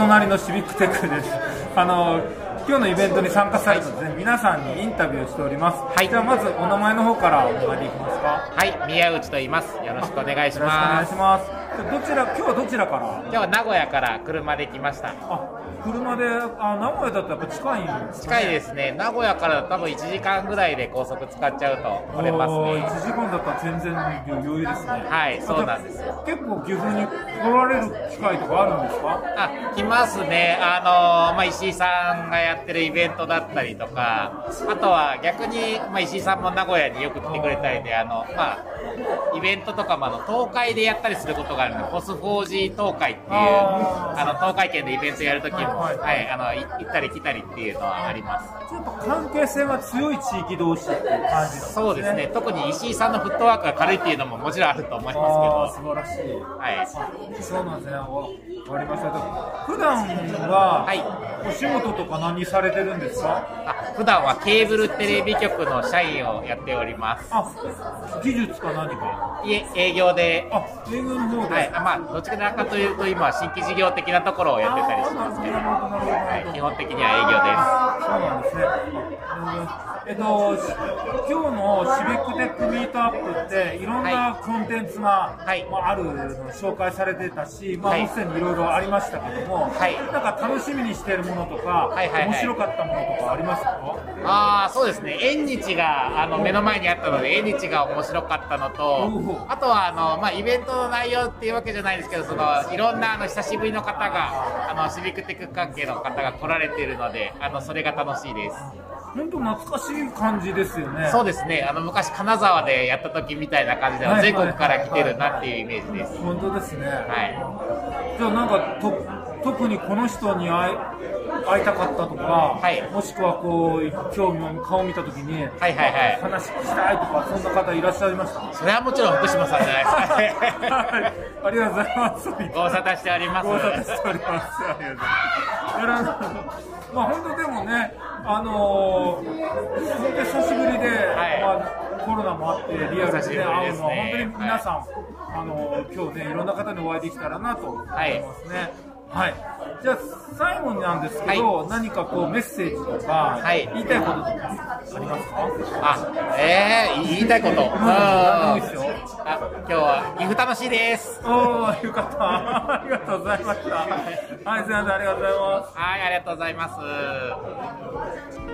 隣のシビックテックです。今日のイベントに参加されたですね、皆さんにインタビューをしております。はい、じゃあまずお名前の方からお願いできますか。 はい、宮内と言います。よろしくお願いします。 よろしくお願いします。今日はどちらから？ 今日は名古屋から車で来ました。 車で、名古屋だとやっぱ近いんですかね。 近いですね。名古屋から多分1時間ぐらいで高速使っちゃうと来れますね。 1時間だったら全然余裕ですね。 はい、そうなんですよ。 結構岐阜に来られる機会とかあるんですか？ 来ますね。石井さんがやってるイベントだったりとか、あとは逆に、石井さんも名古屋によく来てくれたりで、イベントとかも東海でやったりすることがあるので、ポス 4G 東海っていう東海圏でイベントやるときも、行ったり来たりっていうのはあります。 ちょっと関係性が強い地域同士っていう感じですね。 そうですね。特に石井さんのフットワークが軽いっていうのももちろんあると思いますけど。素晴らしい。 はい。 そうなんですね。わかりました。普段はお仕事とか何されてるんですか？ 普段はケーブルテレビ局の社員をやっております。 技術か何か？ いえ、営業で。 営業の方で。 はい。どちらかというと今は新規事業的なところをやってたりしますけど、基本的には営業です。 そうなんですね。今日のシビックテックミートアップっていろんなコンテンツが、あるの紹介されてたし、もうすでにいろいろありましたけども、なんか楽しみにしているものとか、面白かったものとかありますか？ そうですね。縁日が目の前にあったので、縁日が面白かったのと、あとはイベントの内容っていうわけじゃないですけど、いろんな久しぶりの方がシビックテック関係の方が来られているので、それが楽しいです。 本当懐かしい感じですよね。 そうですね。昔金沢でやった時みたいな感じで、全国から来てるなっていうイメージです。 本当ですね。 はい。 じゃあなんか特にこの人に会いたかったとか、もしくは興味の顔を見たときに、話したいとか、そんな方いらっしゃいました？ それはもちろん福島さんじゃないですか。 ありがとうございます。 ご無沙汰しております。 ご無沙汰しております。ありがとうございます。本当でもね、本当久しぶりで、コロナもあってリアルで会うのは本当に皆さん、今日ねいろんな方にお会いできたらなと思いますね。じゃあ最後になんですけど、何かメッセージとか言いたいこととかありますか？ 言いたいこと。今日は岐阜楽しいです。 よかった。ありがとうございました。すみません、ありがとうございます。 ありがとうございます。